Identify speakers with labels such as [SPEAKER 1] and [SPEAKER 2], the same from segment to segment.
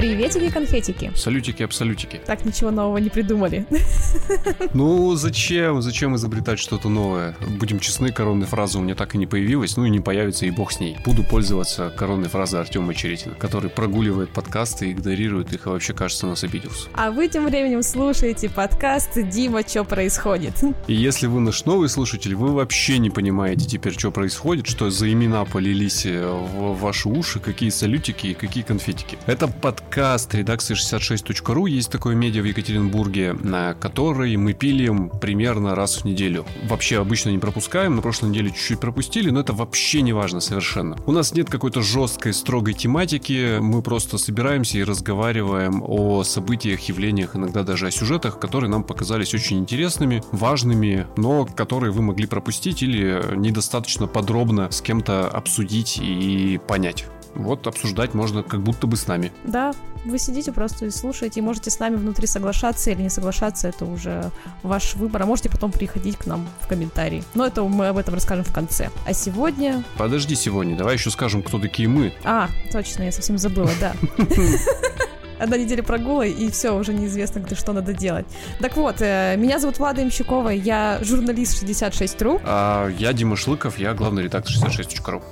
[SPEAKER 1] Приветики-конфетики.
[SPEAKER 2] Салютики-абсолютики.
[SPEAKER 1] Так, ничего нового не придумали.
[SPEAKER 2] Ну, зачем изобретать что-то новое? Будем честны, коронная фраза у меня так и не появилась, ну и не появится, и бог с ней. Буду пользоваться коронной фразой Артема Черетина, который прогуливает подкасты, игнорирует их и вообще, кажется, нас обиделся.
[SPEAKER 1] А вы тем временем слушаете подкаст «Дима, что происходит?».
[SPEAKER 2] И если вы наш новый слушатель, вы вообще не понимаете теперь, что происходит, что за имена полились в ваши уши, какие салютики и какие конфетики. Это подкаст редакции 66.ru, есть такое медиа в Екатеринбурге, на который мы пилим примерно раз в неделю. Вообще обычно не пропускаем, на прошлой неделе чуть-чуть пропустили, но это вообще не важно совершенно. У нас нет какой-то жесткой, строгой тематики, мы просто собираемся и разговариваем о событиях, явлениях, иногда даже о сюжетах, которые нам показались очень интересными, важными, но которые вы могли пропустить или недостаточно подробно с кем-то обсудить и понять. Вот обсуждать можно как будто бы с нами.
[SPEAKER 1] Да, вы сидите просто и слушаете, и можете с нами внутри соглашаться или не соглашаться, это уже ваш выбор, а можете потом приходить к нам в комментарии. Но это мы об этом расскажем в конце. А сегодня...
[SPEAKER 2] Подожди сегодня, давай еще скажем, кто такие мы.
[SPEAKER 1] А, точно, я совсем забыла, да. Одна неделя прогула, и все, уже неизвестно, где что надо делать. Так вот, меня зовут Влада Имщикова, я журналист 66.ru.
[SPEAKER 2] А я Дима Шлыков, я главный редактор 66.ru.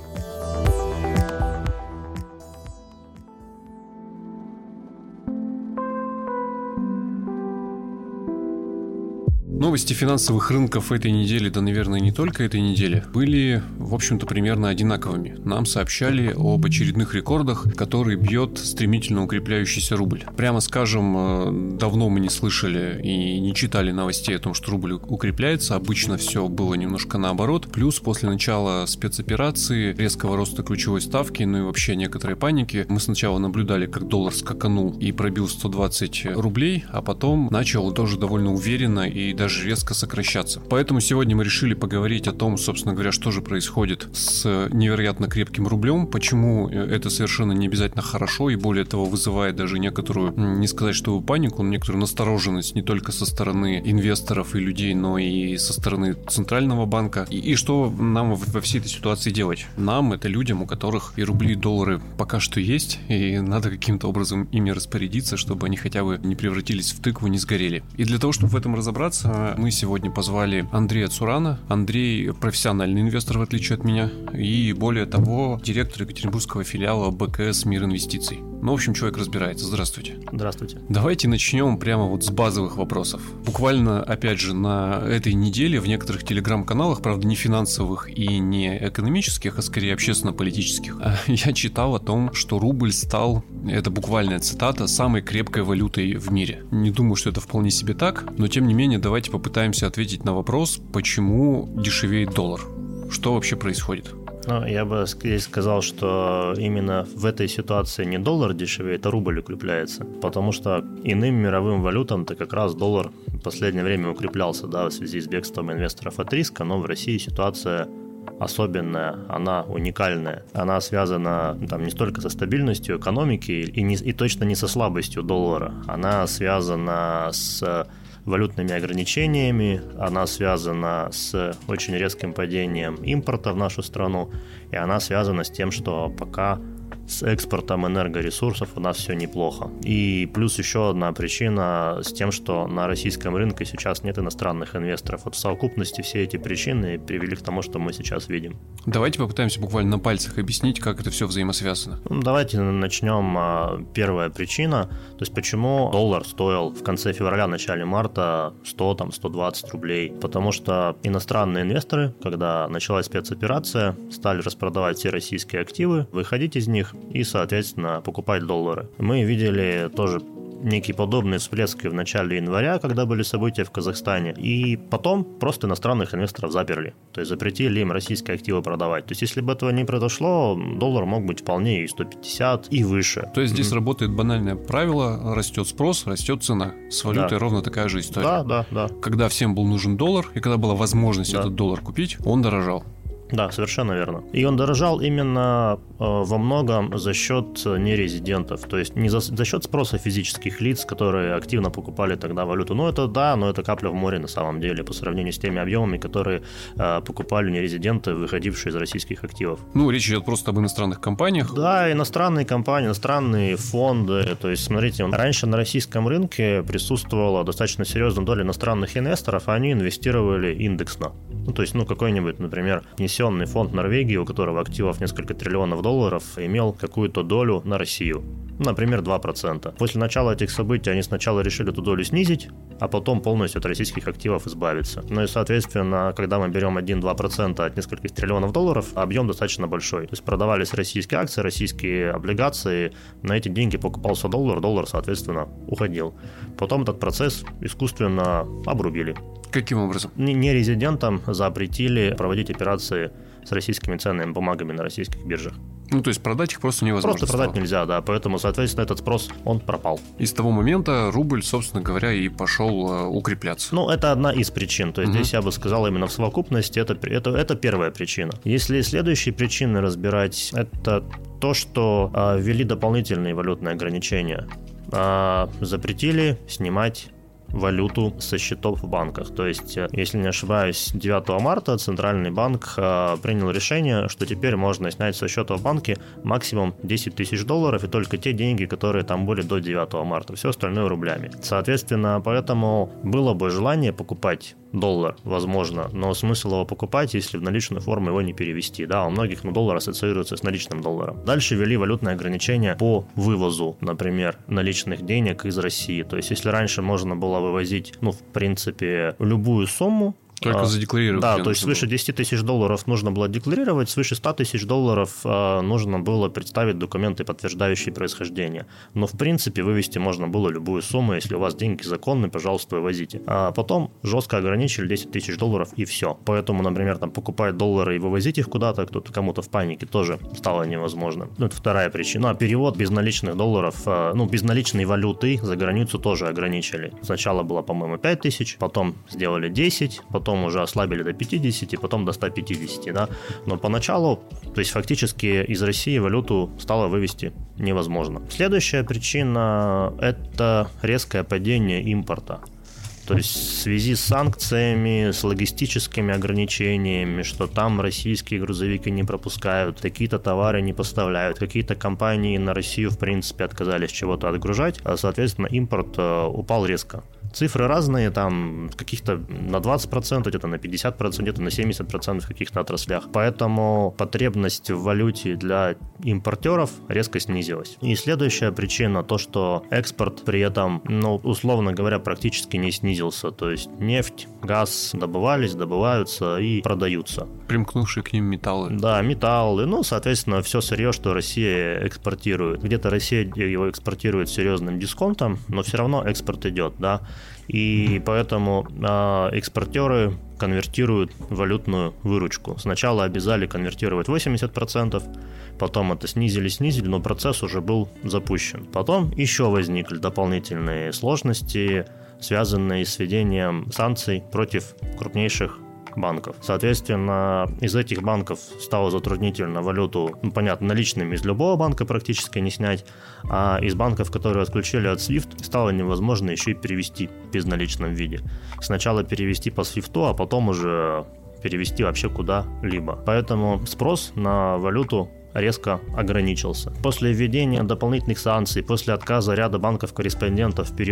[SPEAKER 2] Новости финансовых рынков этой недели, да, наверное, не только этой недели, были, в общем-то, примерно одинаковыми. Нам сообщали об очередных рекордах, которые бьет стремительно укрепляющийся рубль. Прямо скажем, давно мы не слышали и не читали новостей о том, что рубль укрепляется. Обычно все было немножко наоборот. Плюс после начала спецоперации, резкого роста ключевой ставки, ну и вообще некоторой паники, мы сначала наблюдали, как доллар скаканул и пробил 120 рублей, а потом начал тоже довольно уверенно и даже резко сокращаться. Поэтому сегодня мы решили поговорить о том, собственно говоря, что же происходит с невероятно крепким рублем, почему это совершенно не обязательно хорошо и более того вызывает даже некоторую, не сказать, что панику, но некоторую настороженность не только со стороны инвесторов и людей, но и со стороны Центрального банка. И что нам во всей этой ситуации делать? Нам, это людям, у которых и рубли, и доллары пока что есть, и надо каким-то образом ими распорядиться, чтобы они хотя бы не превратились в тыкву, не сгорели. И для того, чтобы в этом разобраться, мы сегодня позвали Андрея Цурана. Андрей профессиональный инвестор, в отличие от меня, и более того, директор екатеринбургского филиала БКС «Мир инвестиций». Ну, в общем, человек разбирается. Здравствуйте.
[SPEAKER 3] Здравствуйте.
[SPEAKER 2] Давайте начнем прямо вот с базовых вопросов. Буквально, опять же, на этой неделе в некоторых телеграм-каналах, правда, не финансовых и не экономических, а скорее общественно-политических, я читал о том, что рубль стал, это буквальная цитата, самой крепкой валютой в мире. Не думаю, что это вполне себе так, но тем не менее, давайте попытаемся ответить на вопрос, почему дешевеет доллар. Что вообще происходит?
[SPEAKER 3] Ну, я бы здесь сказал, что именно в этой ситуации не доллар дешевеет, а рубль укрепляется. Потому что иным мировым валютам-то как раз доллар в последнее время укреплялся, да, в связи с бегством инвесторов от риска, но в России ситуация особенная, она уникальная. Она связана там не столько со стабильностью экономики и точно не со слабостью доллара. Она связана с валютными ограничениями, она связана с очень резким падением импорта в нашу страну, и она связана с тем, что пока с экспортом энергоресурсов у нас все неплохо. И плюс еще одна причина с тем, что на российском рынке сейчас нет иностранных инвесторов. Вот в совокупности все эти причины привели к тому, что мы сейчас видим.
[SPEAKER 2] Давайте попытаемся буквально на пальцах объяснить, как это все взаимосвязано.
[SPEAKER 3] Давайте начнем. Первая причина, то есть почему доллар стоил в конце февраля, начале марта 100-120 рублей. Потому что иностранные инвесторы, когда началась спецоперация, стали распродавать все российские активы, выходить из них и, соответственно, покупать доллары. Мы видели тоже некие подобные всплески в начале января, когда были события в Казахстане, и потом просто иностранных инвесторов заперли, то есть запретили им российские активы продавать. То есть если бы этого не произошло, доллар мог быть вполне и 150, и выше.
[SPEAKER 2] То есть здесь работает банальное правило: растет спрос, растет цена. С валютой ровно такая же история.
[SPEAKER 3] Да.
[SPEAKER 2] Когда всем был нужен доллар, и когда была возможность этот доллар купить, он дорожал.
[SPEAKER 3] Да, совершенно верно. И он дорожал именно во многом за счет нерезидентов, то есть не за счет спроса физических лиц, которые активно покупали тогда валюту. Но это капля в море на самом деле по сравнению с теми объемами, которые покупали нерезиденты, выходившие из российских активов.
[SPEAKER 2] Речь идет просто об иностранных компаниях.
[SPEAKER 3] Да, иностранные компании, иностранные фонды. То есть, смотрите, раньше на российском рынке присутствовала достаточно серьезная доля иностранных инвесторов, они инвестировали индексно. То есть, какой-нибудь, например, пенсионный фонд Норвегии, у которого активов несколько триллионов долларов, имел какую-то долю на Россию. Например, 2%. После начала этих событий они сначала решили эту долю снизить, а потом полностью от российских активов избавиться. И, соответственно, когда мы берем 1-2% от нескольких триллионов долларов, объем достаточно большой. То есть продавались российские акции, российские облигации, на эти деньги покупался доллар, соответственно, уходил. Потом этот процесс искусственно обрубили.
[SPEAKER 2] Каким образом?
[SPEAKER 3] Нерезидентам запретили проводить операции с российскими ценными бумагами на российских биржах.
[SPEAKER 2] То есть продать их просто невозможно.
[SPEAKER 3] Просто продать нельзя, да, поэтому, соответственно, этот спрос, он пропал.
[SPEAKER 2] И с того момента рубль, собственно говоря, и пошел укрепляться.
[SPEAKER 3] Это одна из причин, то есть здесь я бы сказал именно в совокупности, это первая причина. Если следующие причины разбирать, это то, что ввели дополнительные валютные ограничения, запретили снимать валюту со счетов в банках. То есть, если не ошибаюсь, 9 марта Центральный банк принял решение, что теперь можно снять со счета в банке максимум 10 тысяч долларов и только те деньги, которые там были до 9 марта. Все остальное рублями. Соответственно, поэтому было бы желание покупать доллар, возможно, но смысл его покупать, если в наличную форму его не перевести. Да, у многих доллар ассоциируется с наличным долларом. Дальше ввели валютные ограничения по вывозу, например, наличных денег из России. То есть, если раньше можно было вывозить, в принципе, любую сумму,
[SPEAKER 2] только задекларировать.
[SPEAKER 3] Да, то есть свыше 10 тысяч долларов нужно было декларировать, свыше 100 тысяч долларов нужно было представить документы, подтверждающие происхождение. Но, в принципе, вывести можно было любую сумму, если у вас деньги законные, пожалуйста, вывозите. А потом жестко ограничили 10 тысяч долларов и все. Поэтому, например, покупать доллары и вывозить их куда-то, кому-то в панике тоже стало невозможно. Это вторая причина. А перевод безналичных долларов, безналичной валюты за границу тоже ограничили. Сначала было, по-моему, 5 тысяч, потом сделали 10, потом уже ослабили до 50, потом до 150, да. Но поначалу, то есть фактически из России валюту стало вывести невозможно. Следующая причина – это резкое падение импорта. То есть в связи с санкциями, с логистическими ограничениями, что там российские грузовики не пропускают, какие-то товары не поставляют, какие-то компании на Россию в принципе отказались чего-то отгружать, а соответственно импорт упал резко. Цифры разные, там каких-то на 20%, где-то на 50%, где-то на 70% в каких-то отраслях. Поэтому потребность в валюте для импортеров резко снизилась. И следующая причина то, что экспорт при этом, условно говоря, практически не снизился. То есть нефть, газ добываются и продаются.
[SPEAKER 2] Примкнувшие к ним металлы.
[SPEAKER 3] Да, металлы, соответственно, все сырье, что Россия экспортирует. Где-то Россия его экспортирует с серьезным дисконтом, но все равно экспорт идет, да. И поэтому экспортеры конвертируют валютную выручку. Сначала обязали конвертировать 80%, потом это снизили, но процесс уже был запущен. Потом еще возникли дополнительные сложности, связанные с введением санкций против крупнейших банков. Соответственно, из этих банков стало затруднительно валюту, понятно, наличными из любого банка практически не снять, а из банков, которые отключили от SWIFT, стало невозможно еще и перевести в безналичном виде. Сначала перевести по SWIFT, а потом уже перевести вообще куда-либо. Поэтому спрос на валюту резко ограничился. После введения дополнительных санкций, после отказа ряда банков-корреспондентов в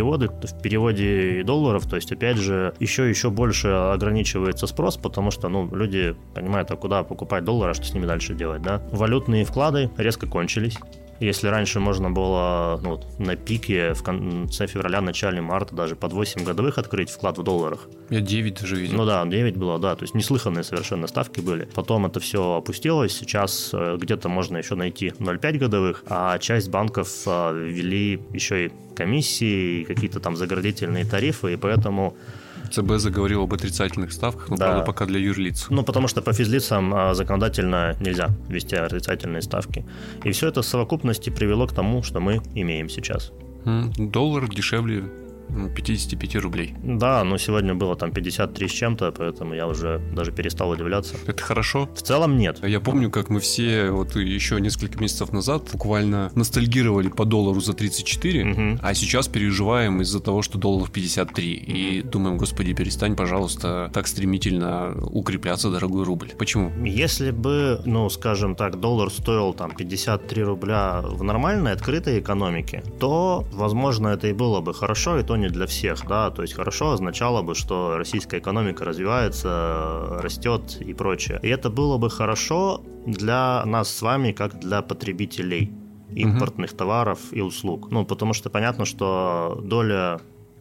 [SPEAKER 3] переводе долларов, то есть, опять же, еще больше ограничивается спрос, потому что, люди понимают, а куда покупать доллары, а что с ними дальше делать, да? Валютные вклады резко кончились. Если раньше можно было на пике в конце февраля, начале марта даже под 8 годовых открыть вклад в долларах.
[SPEAKER 2] Я 9 даже видел.
[SPEAKER 3] 9 было, да, то есть неслыханные совершенно ставки были. Потом это все опустилось, сейчас где-то можно еще найти 0,5 годовых, а часть банков ввели еще и комиссии, какие-то там заградительные тарифы, и поэтому...
[SPEAKER 2] ЦБ заговорил об отрицательных ставках, но, правда, пока для юрлиц.
[SPEAKER 3] Потому что по физлицам законодательно нельзя ввести отрицательные ставки. И все это в совокупности привело к тому, что мы имеем сейчас.
[SPEAKER 2] Доллар дешевле 55 рублей.
[SPEAKER 3] Да, но сегодня было там 53 с чем-то, поэтому я уже даже перестал удивляться.
[SPEAKER 2] Это хорошо?
[SPEAKER 3] В целом нет.
[SPEAKER 2] Я помню, как мы все вот еще несколько месяцев назад буквально ностальгировали по доллару за 34, а сейчас переживаем из-за того, что доллар 53. И думаем, господи, перестань, пожалуйста, так стремительно укрепляться, дорогой рубль. Почему?
[SPEAKER 3] Если бы, скажем так, доллар стоил там 53 рубля в нормальной, открытой экономике, то, возможно, это и было бы хорошо, и то не для всех, да, то есть хорошо означало бы, что российская экономика развивается, растет и прочее. И это было бы хорошо для нас с вами, как для потребителей импортных товаров и услуг. Потому что понятно, что доля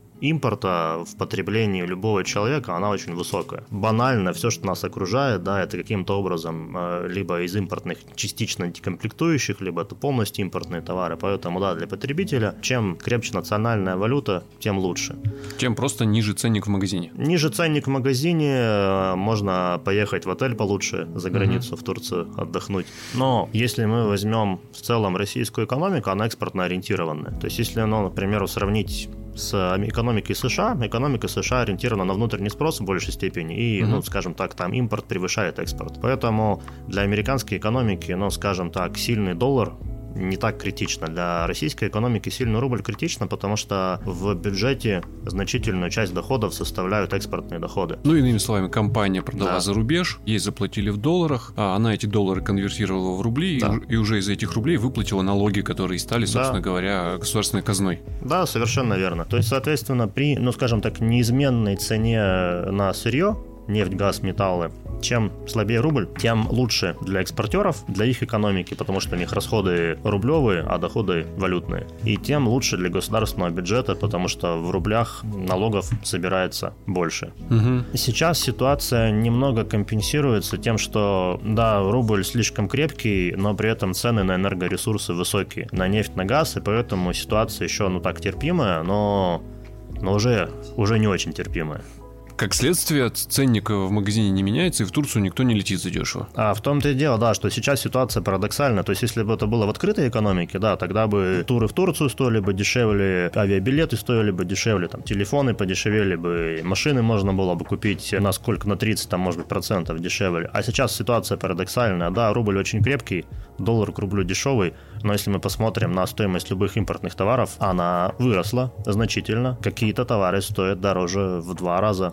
[SPEAKER 3] импорта в потреблении любого человека, она очень высокая. Банально, все, что нас окружает, да, это каким-то образом либо из импортных частично декомплектующих, либо это полностью импортные товары. Поэтому, да, для потребителя, чем крепче национальная валюта, тем лучше.
[SPEAKER 2] Тем просто ниже ценник в магазине.
[SPEAKER 3] Ниже ценник в магазине, можно поехать в отель получше, за границу, в Турцию отдохнуть. Но если мы возьмем в целом российскую экономику, она экспортно ориентированная. То есть, если, например, сравнить с экономикой США ориентирована на внутренний спрос в большей степени, и, скажем так, там импорт превышает экспорт. Поэтому для американской экономики, скажем так, сильный доллар не так критично. Для российской экономики сильный рубль критично, потому что в бюджете значительную часть доходов составляют экспортные доходы.
[SPEAKER 2] Иными словами, компания продала за рубеж, ей заплатили в долларах, а она эти доллары конвертировала в рубли, и уже из этих рублей выплатила налоги, которые стали, собственно говоря, государственной казной.
[SPEAKER 3] Да, совершенно верно. То есть, соответственно, при, скажем так, неизменной цене на сырье, нефть, газ, металлы, чем слабее рубль, тем лучше для экспортеров, для их экономики, потому что у них расходы рублевые, а доходы валютные. И тем лучше для государственного бюджета, потому что в рублях налогов собирается больше. Сейчас ситуация немного компенсируется тем, что, да, рубль слишком крепкий, но при этом цены на энергоресурсы высокие, на нефть, на газ, и поэтому ситуация еще, так терпимая, но уже не очень терпимая.
[SPEAKER 2] Как следствие, ценник в магазине не меняется, и в Турцию никто не летит задешево.
[SPEAKER 3] А в том-то и дело, да, что сейчас ситуация парадоксальна. То есть, если бы это было в открытой экономике, да, тогда бы туры в Турцию стоили бы дешевле, авиабилеты стоили бы дешевле, там, телефоны подешевели бы, машины можно было бы купить на сколько, на 30, там, может быть, процентов дешевле. А сейчас ситуация парадоксальная, да, рубль очень крепкий, доллар к рублю дешевый, но если мы посмотрим на стоимость любых импортных товаров, она выросла значительно. Какие-то товары стоят дороже в 2 раза.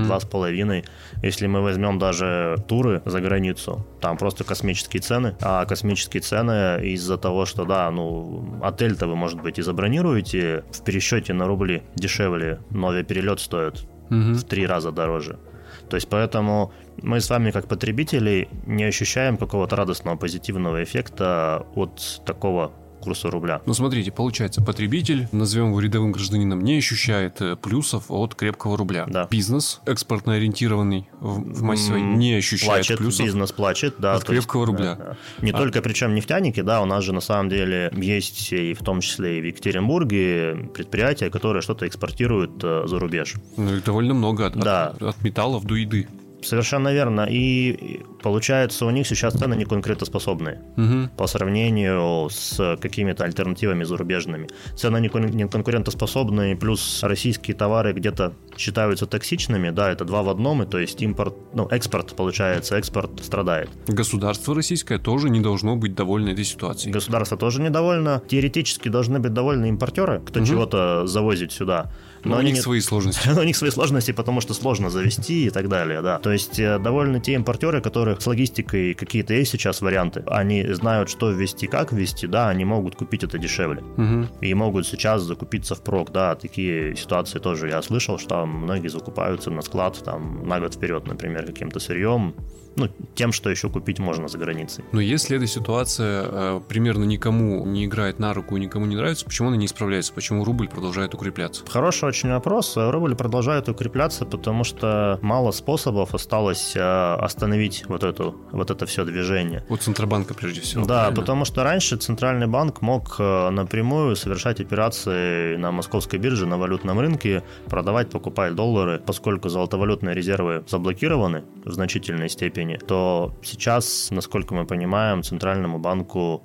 [SPEAKER 3] 2,5. Если мы возьмем даже туры за границу, там просто космические цены. А космические цены из-за того, что, да, отель-то вы, может быть, и забронируете в пересчете на рубли дешевле, но авиаперелет стоит в 3 раза дороже. То есть поэтому мы с вами, как потребители, не ощущаем какого-то радостного позитивного эффекта от такого курса рубля.
[SPEAKER 2] Смотрите, получается, потребитель, назовем его рядовым гражданином, не ощущает плюсов от крепкого рубля.
[SPEAKER 3] Да.
[SPEAKER 2] Бизнес, экспортно ориентированный в массе своей, не ощущает плюсов.
[SPEAKER 3] Бизнес плачет, да,
[SPEAKER 2] от крепкого рубля.
[SPEAKER 3] Да. Не только, причем нефтяники, да, у нас же на самом деле есть, и в том числе и в Екатеринбурге, предприятия, которые что-то экспортируют за рубеж.
[SPEAKER 2] Их довольно много,
[SPEAKER 3] да.
[SPEAKER 2] от металлов до еды.
[SPEAKER 3] Совершенно верно. И получается, у них сейчас цены не конкурентоспособные по сравнению с какими-то альтернативами зарубежными. Цены не конкурентоспособные, плюс российские товары где-то считаются токсичными, да, это 2 в 1, и то есть экспорт, получается, экспорт страдает.
[SPEAKER 2] Государство российское тоже не должно быть довольно этой ситуацией.
[SPEAKER 3] Государство тоже недовольно. Теоретически должны быть довольны импортеры, кто чего-то завозит сюда.
[SPEAKER 2] Но у них свои сложности.
[SPEAKER 3] У них свои сложности, потому что сложно завести и так далее, да. То есть довольны те импортеры, которых с логистикой какие-то есть сейчас варианты. Они знают, что ввести, как ввести, да, они могут купить это дешевле. И могут сейчас закупиться впрок, да. Такие ситуации тоже я слышал, что многие закупаются на склад там на год вперед, например, каким-то сырьем. Тем, что еще купить можно за границей.
[SPEAKER 2] Но если эта ситуация примерно никому не играет на руку и никому не нравится, почему она не исправляется? Почему рубль продолжает укрепляться?
[SPEAKER 3] Хороший очень вопрос. Рубль продолжает укрепляться, потому что мало способов осталось остановить вот это все движение.
[SPEAKER 2] У Центробанка прежде всего.
[SPEAKER 3] Да,
[SPEAKER 2] правильно?
[SPEAKER 3] Потому что раньше Центральный банк мог напрямую совершать операции на московской бирже, на валютном рынке, продавать, покупать доллары. Поскольку золотовалютные резервы заблокированы в значительной степени, то сейчас, насколько мы понимаем, Центральному банку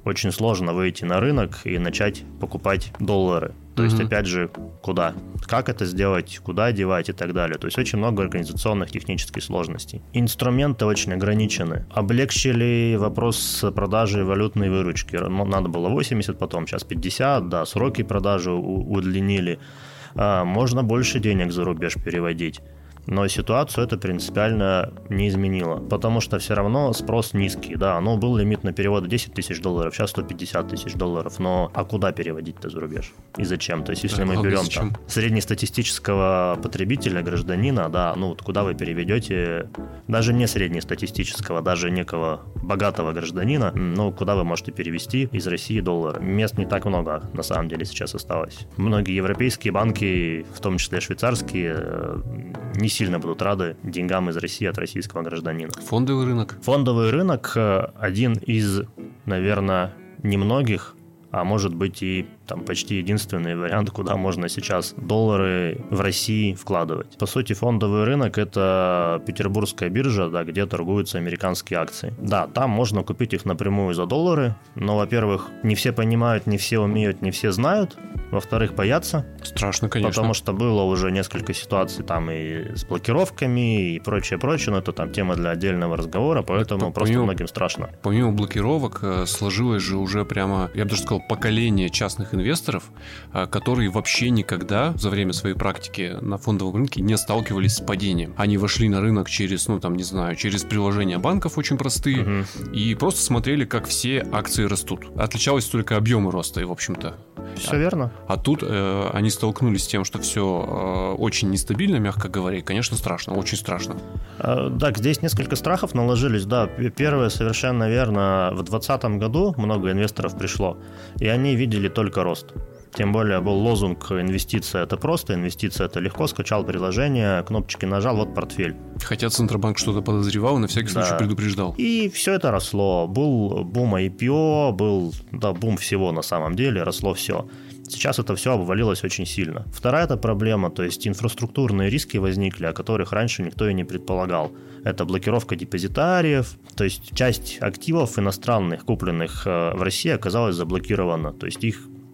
[SPEAKER 3] очень сложно выйти на рынок и начать покупать доллары. То есть, опять же, куда? Как это сделать, куда девать и так далее. То есть, очень много организационных, технических сложностей. Инструменты очень ограничены. Облегчили вопрос с продажей валютной выручки. Надо было 80, потом сейчас 50, да, сроки продажи удлинили. Можно больше денег за рубеж переводить. Но ситуацию это принципиально не изменило, потому что все равно спрос низкий, да, был лимит на переводы $10 тысяч, сейчас $150 тысяч, но а куда переводить-то за рубеж? И зачем? То есть если мы берем там среднестатистического потребителя, гражданина, да, куда вы переведете, даже не среднестатистического, даже некого богатого гражданина, куда вы можете перевести из России доллары? Мест не так много, на самом деле, сейчас осталось. Многие европейские банки, в том числе швейцарские, не сильно будут рады деньгам из России от российского гражданина.
[SPEAKER 2] Фондовый рынок? Фондовый
[SPEAKER 3] рынок один из, наверное, немногих, а может быть и там почти единственный вариант, куда можно сейчас доллары в России вкладывать. По сути, фондовый рынок – это петербургская биржа, да, где торгуются американские акции. Да, там можно купить их напрямую за доллары, но, во-первых, не все понимают, не все умеют, не все знают. Во-вторых, боятся.
[SPEAKER 2] Страшно, конечно.
[SPEAKER 3] Потому что было уже несколько ситуаций там и с блокировками и прочее, но это там тема для отдельного разговора, поэтому просто многим страшно.
[SPEAKER 2] Помимо блокировок сложилось же уже прямо, я бы даже сказал, поколение частных инвесторов, которые вообще никогда за время своей практики на фондовом рынке не сталкивались с падением. Они вошли на рынок через, через приложения банков очень простые, и просто смотрели, как все акции растут. Отличалось только объемы роста, и, в общем-то.
[SPEAKER 3] Все верно.
[SPEAKER 2] А тут они столкнулись с тем, что все очень нестабильно, мягко говоря, и, конечно, страшно, очень страшно.
[SPEAKER 3] Да, здесь несколько страхов наложились, да. Первое, совершенно верно, в 2020 году много инвесторов пришло, и они видели только рост. Тем более был лозунг «Инвестиция – это просто, инвестиция – это легко». Скачал приложение, кнопочки нажал, вот портфель.
[SPEAKER 2] Хотя Центробанк что-то подозревал и на всякий случай предупреждал.
[SPEAKER 3] И все это росло. Был бум IPO, был бум всего на самом деле, росло все. Сейчас это все обвалилось очень сильно. Вторая это проблема, то есть инфраструктурные риски возникли, о которых раньше никто и не предполагал. Это блокировка депозитариев, то есть часть активов иностранных, купленных в России, оказалась заблокирована. То есть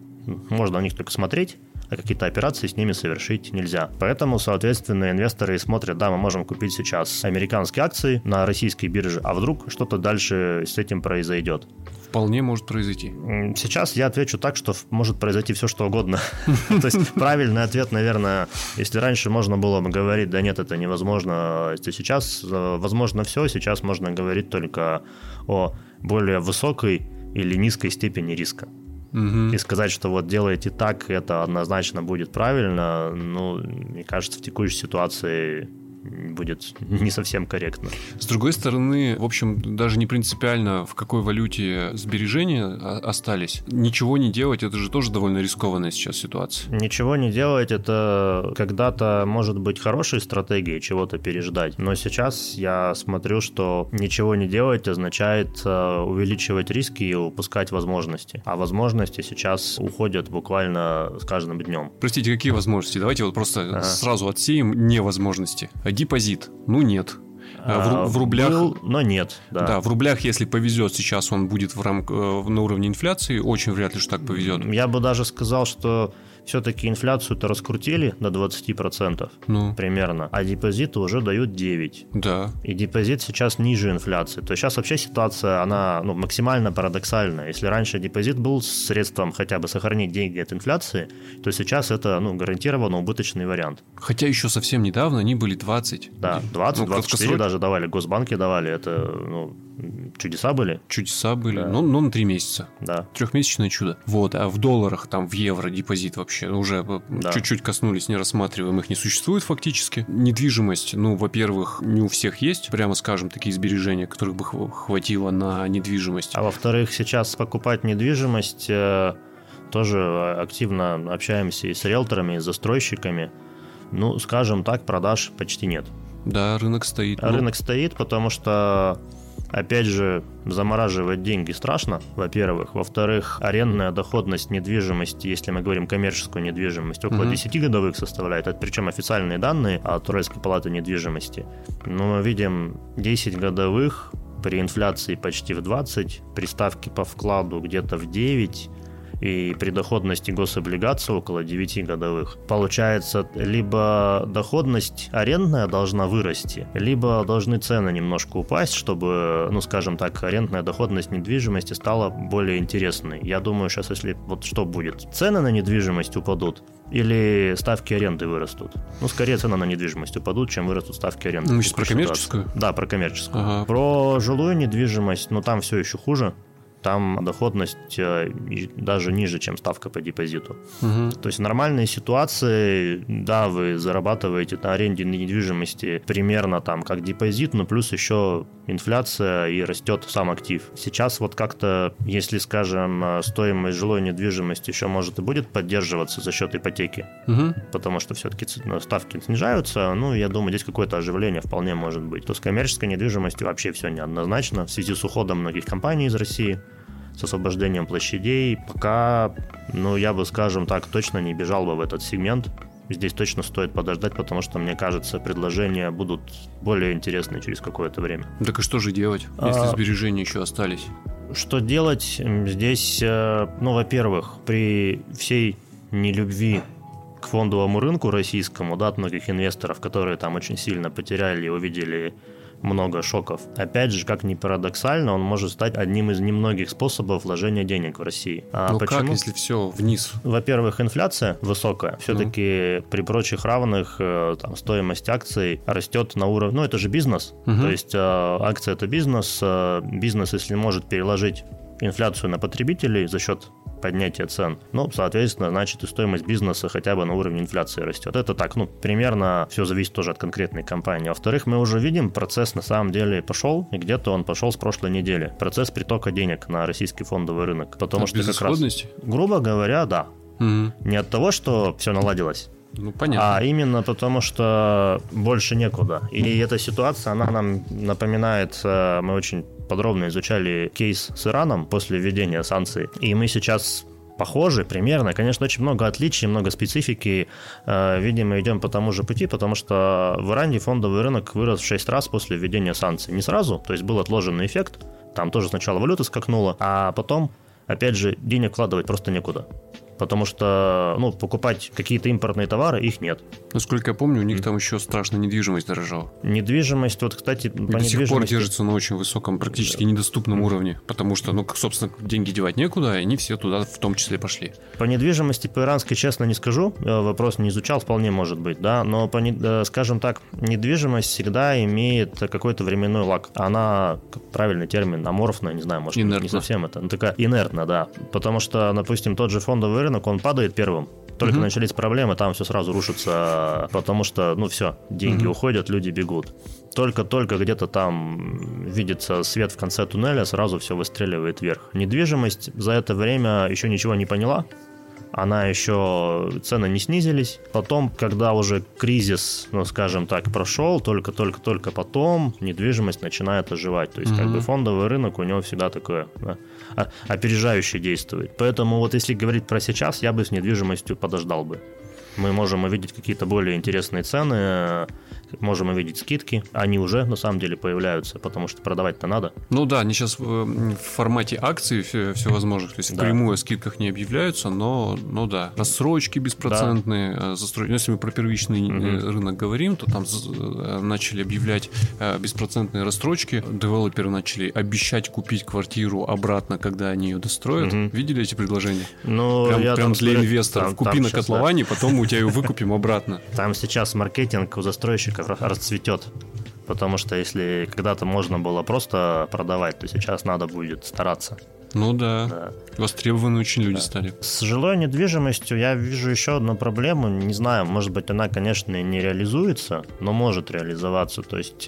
[SPEAKER 3] можно на них только смотреть, а какие-то операции с ними совершить нельзя. Поэтому, соответственно, инвесторы смотрят, да, мы можем купить сейчас американские акции на российской бирже, а вдруг что-то дальше с этим произойдет.
[SPEAKER 2] Вполне может произойти.
[SPEAKER 3] Сейчас я отвечу так, что может произойти все, что угодно. То есть правильный ответ, наверное, если раньше можно было бы говорить, да нет, это невозможно, то сейчас возможно все, сейчас можно говорить только о более высокой или низкой степени риска. И сказать, что вот делаете так, это однозначно будет правильно, мне кажется, в текущей ситуации будет не совсем корректно.
[SPEAKER 2] С другой стороны, в общем, даже не принципиально, в какой валюте сбережения остались. Ничего не делать, это же тоже довольно рискованная сейчас ситуация.
[SPEAKER 3] Ничего не делать, это когда-то может быть хорошей стратегией чего-то переждать. Но сейчас я смотрю, что ничего не делать означает увеличивать риски и упускать возможности. А возможности сейчас уходят буквально с каждым днем.
[SPEAKER 2] Простите, какие возможности? Давайте вот просто сразу отсеем невозможности. Депозит. Нет. В рублях...
[SPEAKER 3] Был, но нет.
[SPEAKER 2] Да, в рублях, если повезет, сейчас он будет на уровне инфляции. Очень вряд ли, что так повезет.
[SPEAKER 3] Я бы даже сказал, что все-таки инфляцию-то раскрутили до 20% примерно, а депозиты уже дают 9%.
[SPEAKER 2] Да.
[SPEAKER 3] И депозит сейчас ниже инфляции. То есть сейчас вообще ситуация, она максимально парадоксальная. Если раньше депозит был средством хотя бы сохранить деньги от инфляции, то сейчас это гарантированно убыточный вариант.
[SPEAKER 2] Хотя еще совсем недавно они были 20.
[SPEAKER 3] Да, 20, 24 даже давали, госбанки давали, это чудеса были.
[SPEAKER 2] Чудеса были, да. На 3 месяца.
[SPEAKER 3] Да.
[SPEAKER 2] Трехмесячное чудо. Вот, а в долларах, там, в евро депозит вообще уже чуть-чуть коснулись, не рассматриваем, их не существует фактически. Недвижимость, во-первых, не у всех есть, прямо скажем, такие сбережения, которых бы хватило на недвижимость.
[SPEAKER 3] А во-вторых, сейчас покупать недвижимость, тоже активно общаемся и с риэлторами, и с застройщиками. Скажем так, продаж почти нет.
[SPEAKER 2] Да, рынок стоит.
[SPEAKER 3] Рынок стоит, потому что, опять же, замораживать деньги страшно, во-первых. Во-вторых, арендная доходность недвижимости, если мы говорим коммерческую недвижимость, около 10 годовых составляет. Это причем официальные данные от Уральской палаты недвижимости. Но мы видим 10 годовых при инфляции почти в 20, при ставке по вкладу где-то в 9 и при доходности гособлигаций около 9 годовых. Получается, либо доходность арендная должна вырасти, либо должны цены немножко упасть, чтобы, ну, скажем так, арендная доходность недвижимости стала более интересной. Я думаю, сейчас, если вот что будет, цены на недвижимость упадут или ставки аренды вырастут? Ну, скорее цены на недвижимость упадут, чем вырастут ставки аренды.
[SPEAKER 2] Ну, сейчас про коммерческую?
[SPEAKER 3] Да, про коммерческую.
[SPEAKER 2] Ага.
[SPEAKER 3] Про жилую недвижимость, ну, там все еще хуже. Там доходность даже ниже, чем ставка по депозиту. То есть в нормальной ситуации, да, вы зарабатываете на аренде недвижимости примерно там как депозит, но плюс еще инфляция и растет сам актив. Сейчас вот как-то, если, скажем, стоимость жилой недвижимости еще может и будет поддерживаться за счет ипотеки, потому что все-таки ставки снижаются, ну, я думаю, здесь какое-то оживление вполне может быть. То с коммерческой недвижимостью вообще все неоднозначно в связи с уходом многих компаний из России, с освобождением площадей. Пока, ну, я бы, скажем так, точно не бежал бы в этот сегмент. Здесь точно стоит подождать, потому что, мне кажется, предложения будут более интересны через какое-то время.
[SPEAKER 2] Так и что же делать, если сбережения еще остались?
[SPEAKER 3] Что делать? Здесь, ну, во-первых, при всей нелюбви к фондовому рынку российскому, да, от многих инвесторов, которые там очень сильно потеряли и увидели много шоков. Опять же, как ни парадоксально, он может стать одним из немногих способов вложения денег в России.
[SPEAKER 2] Ну как, если все вниз?
[SPEAKER 3] Во-первых, инфляция высокая. Все-таки при прочих равных там, стоимость акций растет на уровне... Ну, это же бизнес. То есть акция – это бизнес. Бизнес, если может переложить инфляцию на потребителей за счет поднятия цен, ну, соответственно, значит и стоимость бизнеса хотя бы на уровне инфляции растет. Это так, ну, примерно все зависит тоже от конкретной компании. Во-вторых, мы уже видим, процесс на самом деле пошел, и где-то он пошел с прошлой недели. Процесс притока денег на российский фондовый рынок. Потому что как раз, грубо говоря, да. Не от того, что все наладилось,
[SPEAKER 2] ну, понятно.
[SPEAKER 3] А именно потому, что больше некуда. И эта ситуация, она нам напоминает, мы очень подробно изучали кейс с Ираном после введения санкций. И мы сейчас похожи примерно. Конечно, очень много отличий, много специфики. Видимо, идем по тому же пути, потому что в Иране фондовый рынок вырос в 6 раз после введения санкций. Не сразу, то есть был отложенный эффект. Там тоже сначала валюта скакнула, а потом, опять же, денег вкладывать просто некуда. Потому что, ну, покупать какие-то импортные товары, их нет.
[SPEAKER 2] Насколько я помню, у них там еще страшно недвижимость дорожала.
[SPEAKER 3] Недвижимость, вот, кстати, по недвижимости...
[SPEAKER 2] До сих пор держится на очень высоком, практически недоступном уровне. Потому что, ну, собственно, деньги девать некуда, и они все туда в том числе пошли.
[SPEAKER 3] По недвижимости, по иранской, честно не скажу. Вопрос не изучал, вполне может быть, да. Но, скажем так, недвижимость всегда имеет какой-то временной лаг. Она, как правильный термин, аморфная, не знаю, может быть, не совсем это. Ну, такая инертная, да. Потому что, допустим, тот же фондовый рынок, он падает первым. Только начались проблемы, там все сразу рушится, потому что, ну, все, деньги уходят, люди бегут. Только где-то там видится свет в конце туннеля, сразу все выстреливает вверх. Недвижимость за это время еще ничего не поняла. Она еще, цены не снизились. Потом, когда уже кризис, ну, скажем так, прошел, только потом недвижимость начинает оживать. То есть, как бы фондовый рынок у него всегда такое, да, опережающе действует. Поэтому вот если говорить про сейчас, я бы с недвижимостью подождал бы. Мы можем увидеть какие-то более интересные цены, можем увидеть скидки. Они уже, на самом деле, появляются, потому что продавать-то надо.
[SPEAKER 2] Ну да, они сейчас в формате акций всевозможных. То есть впрямую о скидках не объявляются, но, ну да, рассрочки беспроцентные. Да. Если мы про первичный рынок говорим, то там начали объявлять беспроцентные рассрочки. Девелоперы начали обещать купить квартиру обратно, когда они ее достроят. Видели эти предложения?
[SPEAKER 3] Ну,
[SPEAKER 2] прям для инвесторов. Купи на котловане, потом у тебя ее выкупим обратно.
[SPEAKER 3] Там сейчас маркетинг у застройщиков расцветет. Потому что если когда-то можно было просто продавать, то сейчас надо будет стараться.
[SPEAKER 2] Ну да. Востребованные очень люди стали.
[SPEAKER 3] С жилой недвижимостью я вижу еще одну проблему. Не знаю, может быть, она, конечно, не реализуется, но может реализоваться. То есть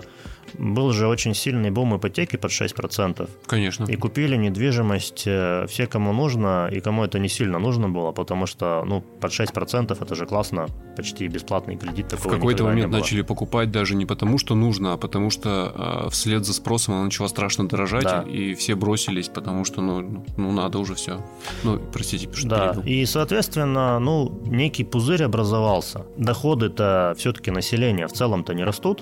[SPEAKER 3] был же очень сильный бум ипотеки под 6%.
[SPEAKER 2] Конечно.
[SPEAKER 3] И купили недвижимость все, кому нужно, и кому это не сильно нужно было, потому что, ну, под 6% это же классно, почти бесплатный кредит.
[SPEAKER 2] В какой-то момент начали покупать даже не потому, что нужно, а потому что вслед за спросом она начала страшно дорожать, и все бросились, потому что, ну надо уже все. Ну, простите, что перебил.
[SPEAKER 3] И, соответственно, ну, некий пузырь образовался. Доходы-то все-таки населения в целом-то не растут.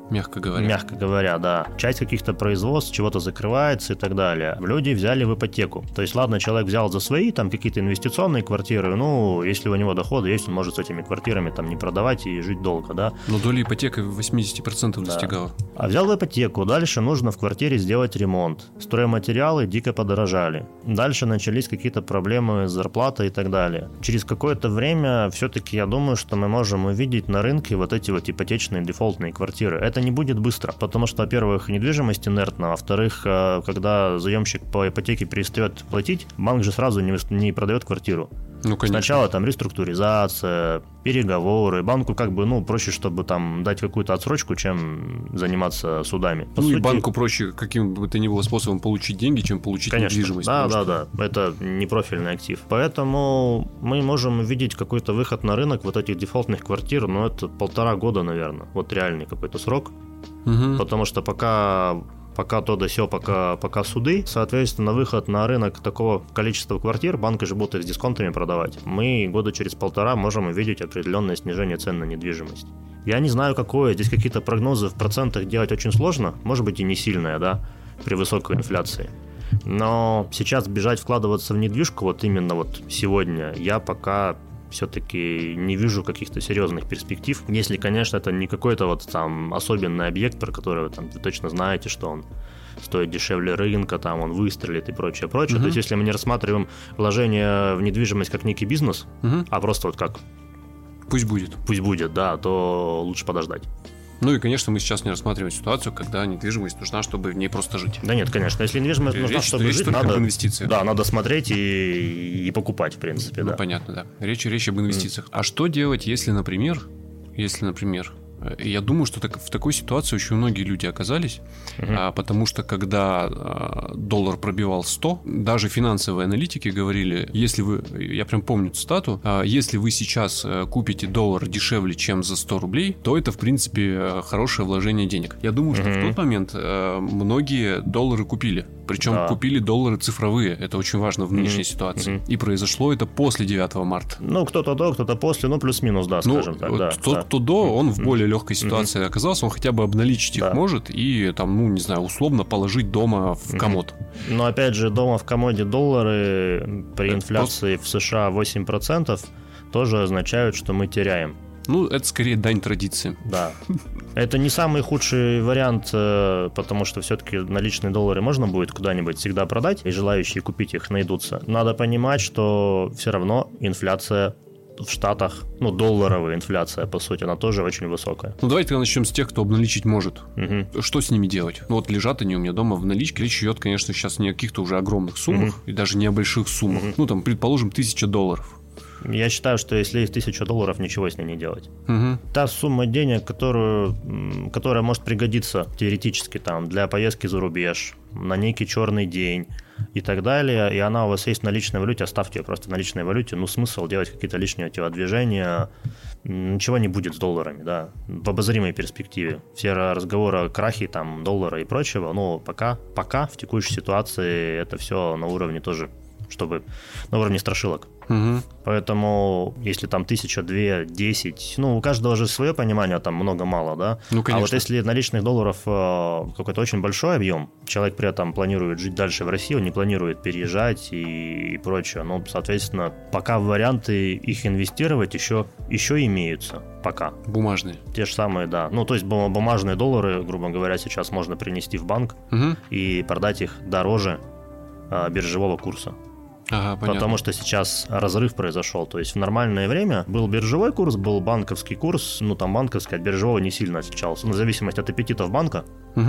[SPEAKER 2] Мягко говоря.
[SPEAKER 3] Мягко говоря, да. Часть каких-то производств, чего-то закрывается и так далее. Люди взяли в ипотеку. То есть, ладно, человек взял за свои, там, какие-то инвестиционные квартиры, ну, если у него доходы есть, он может с этими квартирами там не продавать и жить долго, да.
[SPEAKER 2] Но доля ипотеки 80% достигала.
[SPEAKER 3] А взял в ипотеку, дальше нужно в квартире сделать ремонт. Стройматериалы дико подорожали. Дальше начались какие-то проблемы с зарплатой и так далее. Через какое-то время все-таки я думаю, что мы можем увидеть на рынке вот эти вот ипотечные дефолтные квартиры. Это не будет быстро, потому что, во-первых, недвижимость инертна, а во-вторых, когда заемщик по ипотеке перестает платить, банк же сразу не продает квартиру.
[SPEAKER 2] Ну, конечно.
[SPEAKER 3] Сначала там реструктуризация, переговоры. Банку как бы, ну, проще, чтобы там дать какую-то отсрочку, чем заниматься судами. По сути,
[SPEAKER 2] и банку проще каким бы то ни было способом получить деньги, чем получить недвижимость.
[SPEAKER 3] Да. Это не профильный актив. Поэтому мы можем увидеть какой-то выход на рынок вот этих дефолтных квартир, но это 1,5 года, наверное. Вот реальный какой-то срок.
[SPEAKER 2] Угу.
[SPEAKER 3] Потому что пока то да сё, пока суды, соответственно, выход на рынок такого количества квартир банки же будут их с дисконтами продавать. Мы года через 1,5 можем увидеть определенное снижение цен на недвижимость. Я не знаю, какое, здесь какие-то прогнозы в процентах делать очень сложно, может быть и не сильное, да, при высокой инфляции. Но сейчас бежать вкладываться в недвижку, вот именно вот сегодня, я пока все-таки не вижу каких-то серьезных перспектив. Если, конечно, это не какой-то вот там особенный объект, про который вы точно знаете, что он стоит дешевле рынка, там он выстрелит и прочее. То есть, если мы не рассматриваем вложение в недвижимость как некий бизнес, а просто вот как
[SPEAKER 2] пусть будет,
[SPEAKER 3] да, то лучше подождать.
[SPEAKER 2] Ну и, конечно, мы сейчас не рассматриваем ситуацию, когда недвижимость нужна, чтобы в ней просто жить.
[SPEAKER 3] Да нет, конечно, если недвижимость нужна, чтобы жить,
[SPEAKER 2] надо... об инвестициях.
[SPEAKER 3] Да, надо смотреть и покупать, в принципе, да.
[SPEAKER 2] Ну, понятно, да. Речь об инвестициях. А что делать, если, например, я думаю, что в такой ситуации очень многие люди оказались, потому что когда доллар пробивал 100, даже финансовые аналитики говорили, я прям помню цитату, если вы сейчас купите доллар дешевле, чем за 100 рублей, то это, в принципе, хорошее вложение денег. Я думаю, что в тот момент многие доллары купили. Причем купили доллары цифровые. Это очень важно в нынешней ситуации. И произошло это после 9 марта.
[SPEAKER 3] Ну, кто-то до, кто-то после, ну, плюс-минус, да, скажем так. Да,
[SPEAKER 2] кто до, он в более легкой ситуации оказался, он хотя бы обналичить их может и, там, ну, не знаю, условно положить дома в комод.
[SPEAKER 3] Но, опять же, дома в комоде доллары при инфляции в США 8% тоже означают, что мы теряем.
[SPEAKER 2] Ну, это скорее дань традиции.
[SPEAKER 3] Да. Это не самый худший вариант, потому что все-таки наличные доллары можно будет куда-нибудь всегда продать, и желающие купить их найдутся. Надо понимать, что все равно инфляция в Штатах, ну, долларовая инфляция, по сути, она тоже очень высокая.
[SPEAKER 2] Ну, давайте тогда начнем с тех, кто обналичить может. Что с ними делать? Ну, вот лежат они у меня дома в наличке. Речь идет, конечно, сейчас не о каких-то уже огромных суммах, и даже не о больших суммах. Ну, там, предположим, $1000.
[SPEAKER 3] Я считаю, что если есть $1000, ничего с ней не делать. Та сумма денег, которая может пригодиться теоретически там для поездки за рубеж, на некий черный день и так далее, и она у вас есть в наличной валюте, оставьте ее просто в наличной валюте. Ну, смысл делать какие-то лишние телодвижения, ничего не будет с долларами, да, в обозримой перспективе. Все разговоры о крахе там доллара и прочего, но пока в текущей ситуации это все на уровне тоже, чтобы на уровне страшилок. Поэтому, если там 1000, 2, 10, ну, у каждого же свое понимание, там много-мало, да?
[SPEAKER 2] Ну, конечно.
[SPEAKER 3] А вот если наличных долларов какой-то очень большой объем, человек при этом планирует жить дальше в России, он не планирует переезжать и прочее, ну, соответственно, пока варианты их инвестировать еще имеются. Пока.
[SPEAKER 2] Бумажные.
[SPEAKER 3] Те же самые, да. Ну, то есть бумажные доллары, грубо говоря, сейчас можно принести в банк и продать их дороже биржевого курса.
[SPEAKER 2] Ага, понятно.
[SPEAKER 3] Потому что сейчас разрыв произошел. То есть в нормальное время был биржевой курс, был банковский курс. Ну, там банковский от биржевого не сильно отличался. В зависимости от аппетитов банка.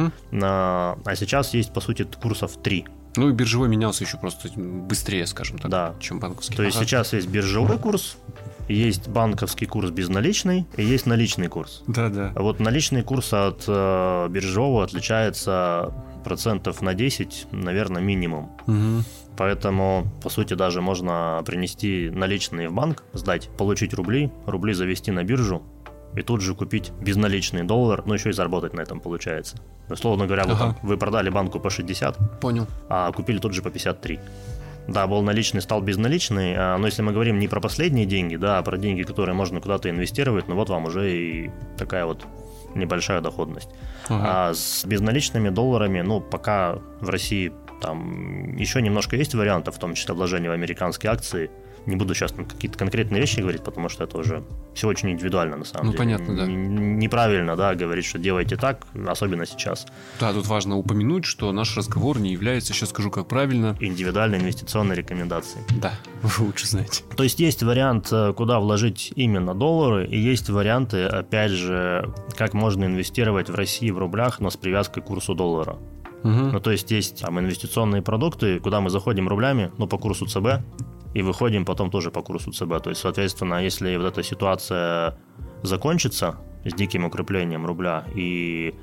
[SPEAKER 3] А сейчас есть, по сути, курсов 3.
[SPEAKER 2] Ну, и биржевой менялся еще просто быстрее, скажем так, чем банковский.
[SPEAKER 3] То есть сейчас есть биржевой курс, есть банковский курс безналичный и есть наличный курс.
[SPEAKER 2] Да.
[SPEAKER 3] А вот наличный курс от биржевого отличается процентов на 10, наверное, минимум. Поэтому, по сути, даже можно принести наличные в банк, сдать, получить рубли завести на биржу и тут же купить безналичный доллар, ну еще и заработать на этом получается. Условно говоря, вы продали банку по 60,
[SPEAKER 2] понял,
[SPEAKER 3] а купили тут же по 53. Да, был наличный, стал безналичный, но если мы говорим не про последние деньги, да, а про деньги, которые можно куда-то инвестировать, ну вот вам уже и такая вот небольшая доходность. А с безналичными долларами, ну, пока в России там еще немножко есть вариантов, в том числе вложения в американские акции. Не буду сейчас какие-то конкретные вещи говорить, потому что это уже все очень индивидуально на самом деле.
[SPEAKER 2] Понятно, да.
[SPEAKER 3] Неправильно, да, говорить, что делайте так, особенно сейчас.
[SPEAKER 2] Да, тут важно упомянуть, что наш разговор не является, сейчас скажу, как правильно,
[SPEAKER 3] индивидуальной инвестиционной рекомендацией.
[SPEAKER 2] Да, вы лучше знаете.
[SPEAKER 3] То есть есть вариант, куда вложить именно доллары, и есть варианты, опять же, как можно инвестировать в России в рублях, но с привязкой к курсу доллара. Ну, то есть там инвестиционные продукты, куда мы заходим рублями, но по курсу ЦБ, и выходим потом тоже по курсу ЦБ. То есть, соответственно, если вот эта ситуация закончится с диким укреплением рубля, и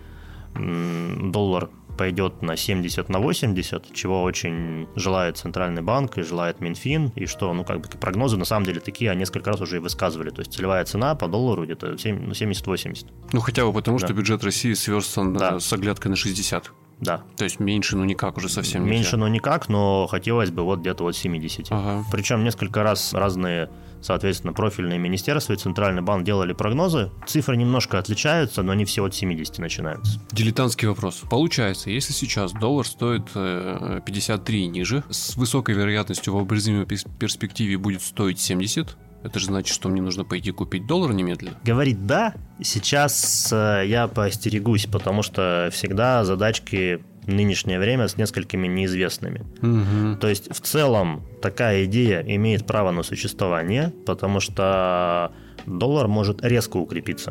[SPEAKER 3] доллар пойдет на 70, на 80, чего очень желает Центральный банк и желает Минфин, и что, ну, как бы прогнозы на самом деле такие, а несколько раз уже и высказывали. То есть целевая цена по доллару где-то 70-80.
[SPEAKER 2] Ну, хотя бы потому, что бюджет России сверстан с оглядкой на 60.
[SPEAKER 3] Да.
[SPEAKER 2] То есть меньше, ну никак уже совсем нельзя.
[SPEAKER 3] Меньше, но никак, но хотелось бы вот где-то вот 70. Причем несколько раз разные, соответственно, профильные министерства и Центральный банк делали прогнозы. Цифры немножко отличаются, но они все от 70 начинаются.
[SPEAKER 2] Дилетантский вопрос. Получается, если сейчас доллар стоит 53 и ниже, с высокой вероятностью в обозримой перспективе будет стоить 70, это же значит, что мне нужно пойти купить доллар немедленно?
[SPEAKER 3] Говорить «да» сейчас я поостерегусь, потому что всегда задачки в нынешнее время с несколькими неизвестными. То есть в целом такая идея имеет право на существование, потому что доллар может резко укрепиться.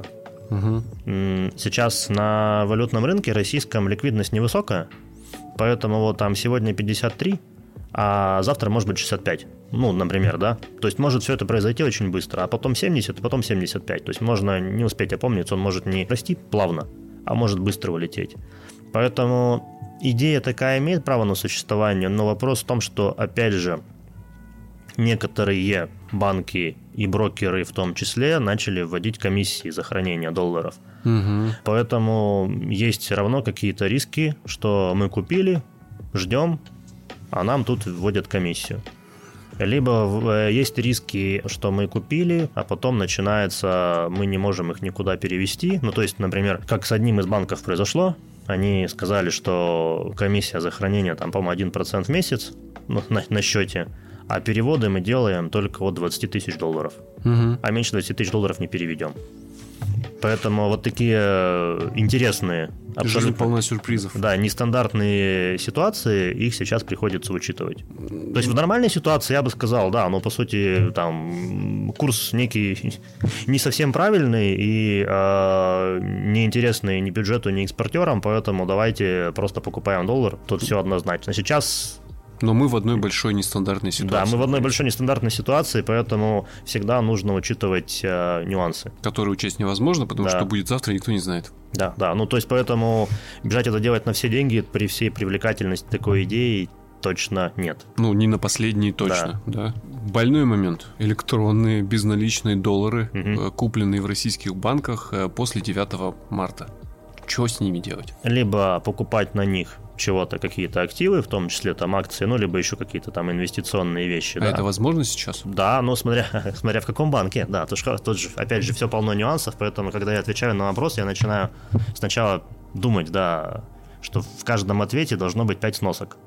[SPEAKER 3] Сейчас на валютном рынке российском ликвидность невысокая, поэтому вот там сегодня 53, а завтра может быть 65. Ну, например, да. То есть может все это произойти очень быстро, а потом 70, а потом 75. То есть можно не успеть опомниться, он может не расти плавно, а может быстро улететь. Поэтому идея такая имеет право на существование, но вопрос в том, что, опять же, некоторые банки и брокеры в том числе начали вводить комиссии за хранение долларов. Поэтому есть все равно какие-то риски, что мы купили, ждем, а нам тут вводят комиссию. Либо есть риски, что мы купили, а потом начинается, мы не можем их никуда перевести. Ну, то есть, например, как с одним из банков произошло, они сказали, что комиссия за хранение, там, по-моему, 1% в месяц на счете, а переводы мы делаем только от 20 тысяч долларов. А меньше 20 тысяч долларов не переведем. Поэтому вот такие интересные, абсолютно,
[SPEAKER 2] жизнь полна сюрпризов.
[SPEAKER 3] Да, нестандартные ситуации, их сейчас приходится учитывать. То есть в нормальной ситуации я бы сказал, да, но по сути там курс некий не совсем правильный и неинтересный ни бюджету, ни экспортерам, поэтому давайте просто покупаем доллар, тут все однозначно. Сейчас...
[SPEAKER 2] Но мы в одной большой нестандартной ситуации.
[SPEAKER 3] Да, мы в одной большой нестандартной ситуации, поэтому всегда нужно учитывать нюансы.
[SPEAKER 2] Которые учесть невозможно, потому что будет завтра, никто не знает.
[SPEAKER 3] Да, ну то есть поэтому бежать это делать на все деньги при всей привлекательности такой идеи точно нет.
[SPEAKER 2] Ну, не на последние точно, да. Больной момент. Электронные безналичные доллары, купленные в российских банках после 9 марта. Что с ними делать? Либо покупать на них чего-то, какие-то активы, в том числе там акции, ну, либо еще какие-то там инвестиционные вещи. Это возможно сейчас?
[SPEAKER 3] Да, но смотря в каком банке, да, тут же, опять же, все полно нюансов, поэтому, когда я отвечаю на вопрос, я начинаю сначала думать, да, что в каждом ответе должно быть 5 сносок.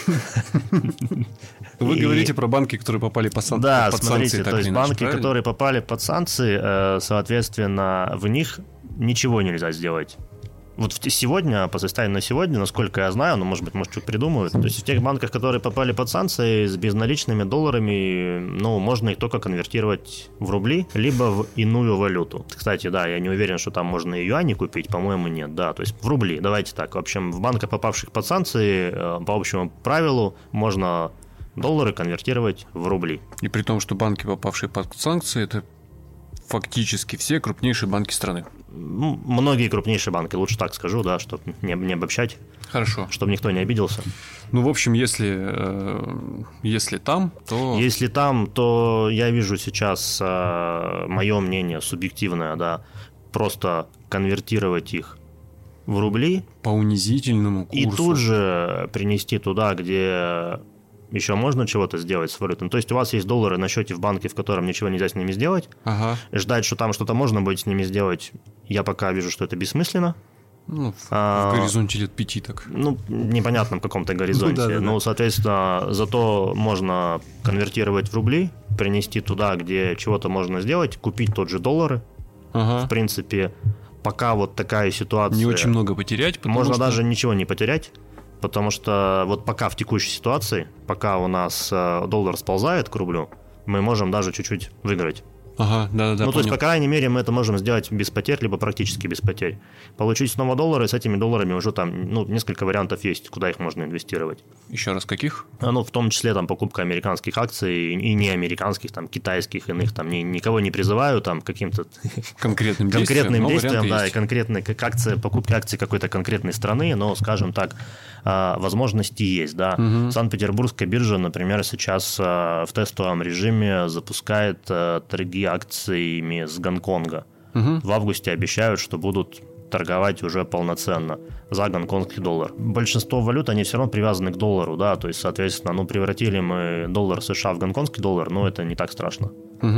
[SPEAKER 2] Вы говорите про банки, которые попали под санкции.
[SPEAKER 3] Да, смотрите, то есть банки, которые попали под санкции, соответственно, в них ничего нельзя сделать. Вот сегодня, по состоянию на сегодня, насколько я знаю, может быть, что-то придумают. То есть в тех банках, которые попали под санкции, с безналичными долларами, ну, можно их только конвертировать в рубли, либо в иную валюту. Кстати, да, я не уверен, что там можно и юани купить, по-моему, нет, да, то есть в рубли, давайте так. В общем, в банках, попавших под санкции, по общему правилу, можно доллары конвертировать в рубли.
[SPEAKER 2] И при том, что банки, попавшие под санкции, это фактически все крупнейшие банки страны.
[SPEAKER 3] Многие крупнейшие банки, лучше так скажу, да, чтобы не обобщать.
[SPEAKER 2] Хорошо.
[SPEAKER 3] Чтобы никто не обиделся.
[SPEAKER 2] Ну, в общем, если там, то...
[SPEAKER 3] Если там, то я вижу сейчас, мое мнение субъективное, да, просто конвертировать их в рубли.
[SPEAKER 2] По унизительному курсу.
[SPEAKER 3] И тут же принести туда, где еще можно чего-то сделать с валютой. То есть у вас есть доллары на счете в банке, в котором ничего нельзя с ними сделать. Ждать, что там что-то можно будет с ними сделать, я пока вижу, что это бессмысленно.
[SPEAKER 2] Ну, в горизонте лет 5 так.
[SPEAKER 3] Ну, непонятно в каком-то горизонте. Ну, соответственно, зато можно конвертировать в рубли, принести туда, где чего-то можно сделать, купить тот же доллары. В принципе, пока вот такая ситуация...
[SPEAKER 2] Не очень много потерять.
[SPEAKER 3] Можно даже ничего не потерять, потому что вот пока в текущей ситуации, пока у нас доллар сползает к рублю, мы можем даже чуть-чуть выиграть.
[SPEAKER 2] Ну,
[SPEAKER 3] то есть, по крайней мере, мы это можем сделать без потерь, либо практически без потерь. Получить снова доллары, с этими долларами уже там, несколько вариантов есть, куда их можно инвестировать.
[SPEAKER 2] Еще раз, каких?
[SPEAKER 3] В том числе там покупка американских акций и не американских, там, китайских, иных, там, никого не призываю, там, каким-то
[SPEAKER 2] конкретным действиям,
[SPEAKER 3] да, и конкретной, как акция, покупки акций какой-то конкретной страны, но, скажем так, возможности есть, да. Санкт-Петербургская биржа, например, сейчас в тестовом режиме запускает торги акциями с Гонконга. В августе обещают, что будут торговать уже полноценно за гонконгский доллар. Большинство валют, они все равно привязаны к доллару, да, то есть, соответственно, превратили мы доллар США в гонконгский доллар, но это не так страшно.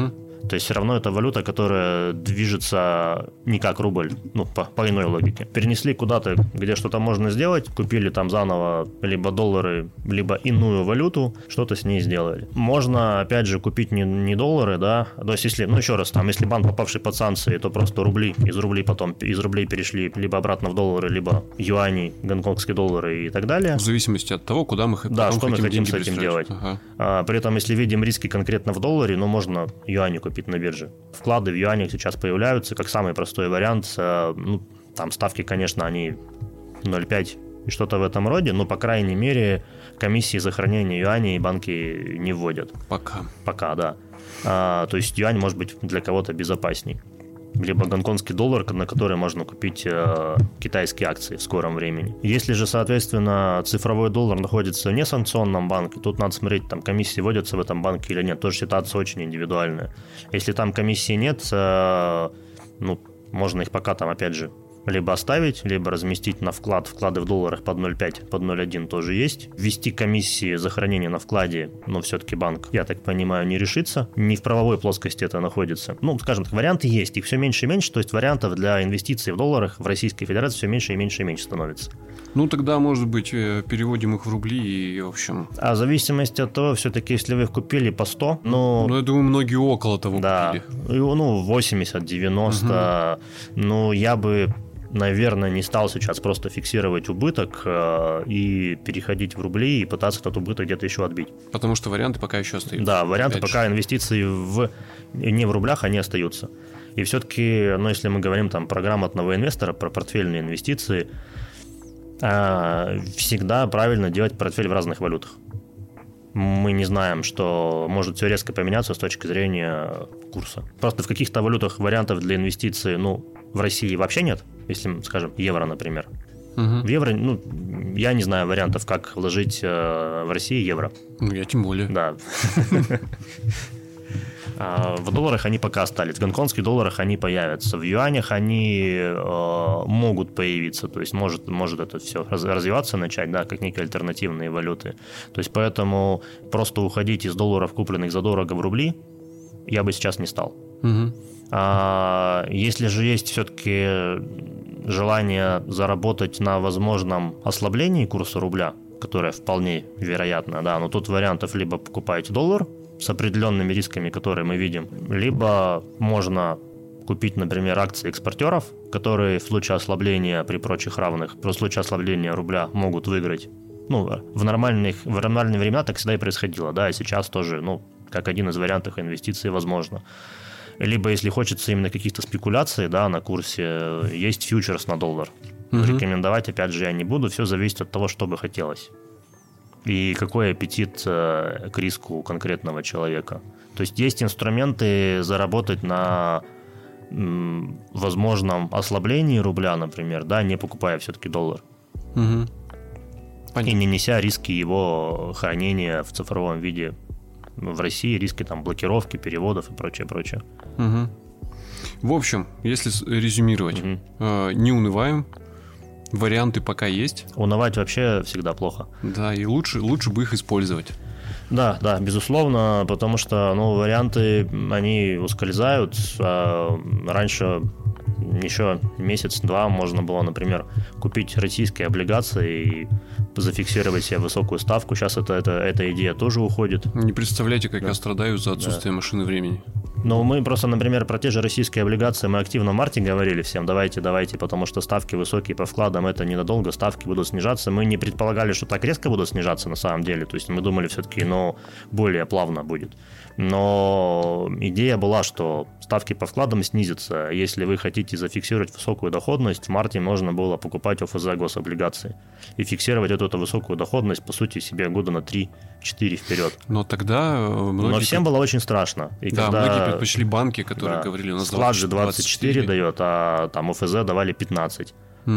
[SPEAKER 3] То есть все равно это валюта, которая движется не как рубль, по иной логике. Перенесли куда-то, где что-то можно сделать, купили там заново либо доллары, либо иную валюту, что-то с ней сделали. Можно, опять же, купить не доллары, да, то есть если, еще раз, там, если банк, попавший под санкции, то просто рубли, из рублей перешли либо обратно в доллары, либо юани, гонконгские доллары и так далее.
[SPEAKER 2] В зависимости от того, куда мы хотим
[SPEAKER 3] с этим делать. При этом, если видим риски конкретно в долларе, можно юани купить на бирже. Вклады в юанях сейчас появляются как самый простой вариант. Там ставки, конечно, они 0,5 и что-то в этом роде, но, по крайней мере, комиссии за хранение юаней банки не вводят. Пока, да. То есть юань может быть для кого-то безопасней. Либо гонконгский доллар, на который можно купить китайские акции в скором времени. Если же, соответственно, цифровой доллар находится в несанкционном банке, тут надо смотреть, там комиссии вводятся в этом банке или нет. Тоже ситуация очень индивидуальная. Если там комиссии нет, можно их пока там, опять же, либо оставить, либо разместить на вклад. Вклады в долларах под 0,5, под 0,1 тоже есть. Ввести комиссии за хранение на вкладе, все-таки банк, я так понимаю, не решится. Не в правовой плоскости это находится. Скажем так, варианты есть, их все меньше и меньше, то есть вариантов для инвестиций в долларах в Российской Федерации все меньше и меньше и меньше становится.
[SPEAKER 2] Тогда, может быть, переводим их в рубли и, в общем...
[SPEAKER 3] А в зависимости от того, все-таки, если вы их купили по 100,
[SPEAKER 2] я думаю, многие около того купили.
[SPEAKER 3] 80, 90, я бы... наверное, не стал сейчас просто фиксировать убыток и переходить в рубли и пытаться этот убыток где-то еще отбить.
[SPEAKER 2] Потому что варианты пока еще остаются.
[SPEAKER 3] Да, варианты пока инвестиции не в рублях, они остаются. И все-таки, если мы говорим там про грамотного инвестора, про портфельные инвестиции, всегда правильно делать портфель в разных валютах. Мы не знаем, что может все резко поменяться с точки зрения курса. Просто в каких-то валютах вариантов для инвестиций, в России вообще нет. Если, скажем, евро, например. В евро, я не знаю вариантов, как вложить в России евро.
[SPEAKER 2] Я тем более.
[SPEAKER 3] Да. В долларах они пока остались. В гонконгских долларах они появятся. В юанях они могут появиться. То есть может это все развиваться, начать, да, как некие альтернативные валюты. То есть поэтому просто уходить из долларов, купленных задорого в рубли, я бы сейчас не стал. Если же есть все-таки желание заработать на возможном ослаблении курса рубля, которое вполне вероятно, да, но тут вариантов: либо покупаете доллар с определенными рисками, которые мы видим, либо можно купить, например, акции экспортеров, которые в случае ослабления при прочих равных, в случае ослабления рубля могут выиграть. В нормальные времена так всегда и происходило, да, и сейчас тоже, как один из вариантов инвестиций возможно. Либо, если хочется именно каких-то спекуляций, да, на курсе, есть фьючерс на доллар. Рекомендовать, опять же, я не буду, все зависит от того, что бы хотелось. И какой аппетит к риску у конкретного человека. То есть инструменты заработать на возможном ослаблении рубля, например, да, не покупая все-таки доллар. И не неся риски его хранения в цифровом виде в России, риски там блокировки, переводов и прочее.
[SPEAKER 2] В общем, если резюмировать, не унываем, варианты пока есть.
[SPEAKER 3] Унывать вообще всегда плохо.
[SPEAKER 2] Да, и лучше бы их использовать.
[SPEAKER 3] Да, безусловно, потому что варианты, они ускользают. Раньше еще месяц-два можно было, например, купить российские облигации и зафиксировать себе высокую ставку. Сейчас эта идея тоже уходит.
[SPEAKER 2] Не представляете, как я страдаю за отсутствие машины времени.
[SPEAKER 3] Но мы просто, например, про те же российские облигации мы активно в марте говорили всем, давайте, потому что ставки высокие по вкладам, это ненадолго, ставки будут снижаться. Мы не предполагали, что так резко будут снижаться на самом деле, то есть мы думали все-таки, более плавно будет. Но идея была, что ставки по вкладам снизятся. Если вы хотите зафиксировать высокую доходность, в марте можно было покупать ОФЗ гособлигации и фиксировать эту высокую доходность, по сути, себе года на 3-4 вперед.
[SPEAKER 2] Но тогда
[SPEAKER 3] Но всем было очень страшно. И
[SPEAKER 2] многие предпочли банки, которые говорили, у нас
[SPEAKER 3] склад же 24 дает, а там ОФЗ давали 15.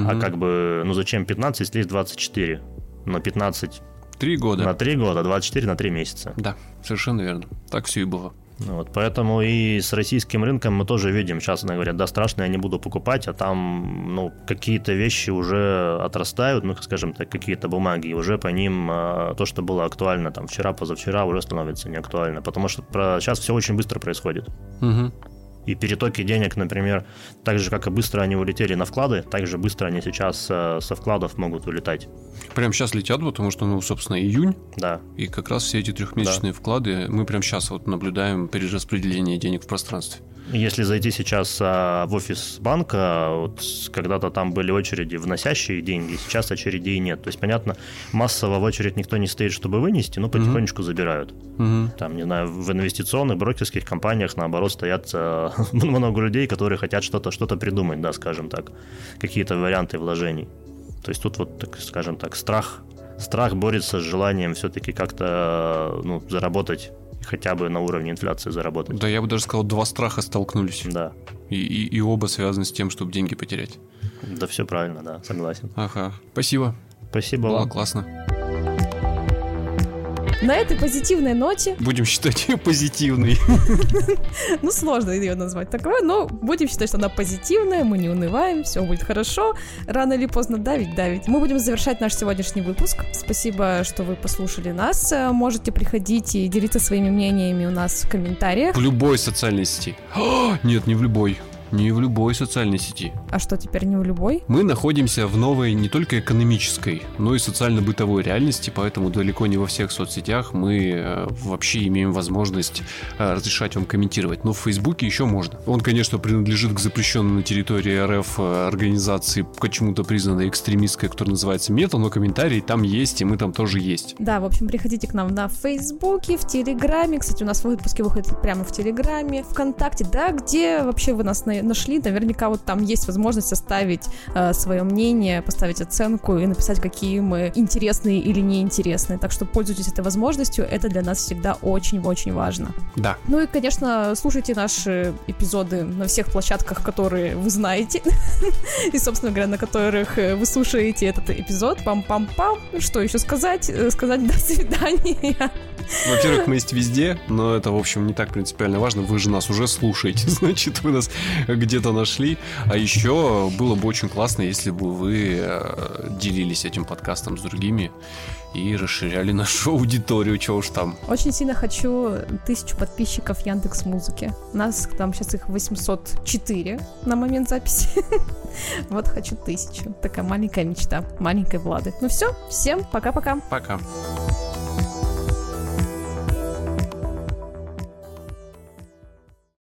[SPEAKER 3] А зачем 15, если есть 24? Но 15...
[SPEAKER 2] 3 года.
[SPEAKER 3] На 3 года, 24 на 3 месяца.
[SPEAKER 2] Да, совершенно верно. Так все и было.
[SPEAKER 3] Поэтому и с российским рынком мы тоже видим, сейчас они говорят, страшно, я не буду покупать, а там какие-то вещи уже отрастают, скажем так, какие-то бумаги, и уже по ним то, что было актуально там вчера, позавчера, уже становится неактуально, потому что сейчас все очень быстро происходит. И перетоки денег, например, так же, как и быстро они улетели на вклады, так же быстро они сейчас со вкладов могут улетать.
[SPEAKER 2] Прямо сейчас летят, потому что, собственно, июнь.
[SPEAKER 3] Да.
[SPEAKER 2] И как раз все эти трехмесячные вклады, мы прямо сейчас наблюдаем перераспределение денег в пространстве.
[SPEAKER 3] Если зайти сейчас в офис банка, когда-то там были очереди, вносящие деньги, сейчас очередей нет. То есть, понятно, массово в очередь никто не стоит, чтобы вынести, но потихонечку забирают. Там, не знаю, в инвестиционных, брокерских компаниях, наоборот, стоят много людей, которые хотят что-то придумать, да, скажем так, какие-то варианты вложений. То есть тут скажем так, страх борется с желанием все-таки как-то заработать, хотя бы на уровне инфляции заработать.
[SPEAKER 2] Да, я бы даже сказал, 2 страха столкнулись.
[SPEAKER 3] Да.
[SPEAKER 2] И оба связаны с тем, чтобы деньги потерять.
[SPEAKER 3] Да, все правильно, да, согласен.
[SPEAKER 2] Ага, спасибо.
[SPEAKER 3] Спасибо
[SPEAKER 2] вам.
[SPEAKER 3] Было
[SPEAKER 2] классно.
[SPEAKER 1] На этой позитивной ноте...
[SPEAKER 2] Будем считать ее позитивной.
[SPEAKER 1] Сложно ее назвать таковой, но будем считать, что она позитивная, мы не унываем, все будет хорошо. Рано или поздно давить. Мы будем завершать наш сегодняшний выпуск. Спасибо, что вы послушали нас. Можете приходить и делиться своими мнениями у нас в комментариях.
[SPEAKER 2] В любой социальной сети. Нет, не в любой. Не в любой социальной сети.
[SPEAKER 1] А что теперь не в любой?
[SPEAKER 2] Мы находимся в новой не только экономической, но и социально-бытовой реальности, поэтому далеко не во всех соцсетях мы вообще имеем возможность разрешать вам комментировать. Но в Фейсбуке еще можно. Он, конечно, принадлежит к запрещенной на территории РФ организации, почему-то признанной экстремистской, которая называется Мета, но комментарии там есть, и мы там тоже есть.
[SPEAKER 1] Да, в общем, приходите к нам на Фейсбуке, в Телеграме. Кстати, у нас выпуски выходят прямо в Телеграме, ВКонтакте, да, где вообще вы нас нашли, наверняка там есть возможность оставить свое мнение, поставить оценку и написать, какие мы интересные или неинтересные. Так что пользуйтесь этой возможностью, это для нас всегда очень-очень важно.
[SPEAKER 2] Да.
[SPEAKER 1] И, конечно, слушайте наши эпизоды на всех площадках, которые вы знаете, и, собственно говоря, на которых вы слушаете этот эпизод. Пам-пам-пам. Что еще сказать? Сказать до свидания.
[SPEAKER 2] Во-первых, мы есть везде, но это, в общем, не так принципиально важно. Вы же нас уже слушаете, значит, вы нас где-то нашли. А еще было бы очень классно, если бы вы делились этим подкастом с другими и расширяли нашу аудиторию, чего уж там.
[SPEAKER 1] Очень сильно хочу 1000 подписчиков Яндекс.Музыки. У нас там сейчас их 804 на момент записи. Вот хочу 1000. Такая маленькая мечта маленькой Влады. Все, всем пока-пока.
[SPEAKER 2] Пока.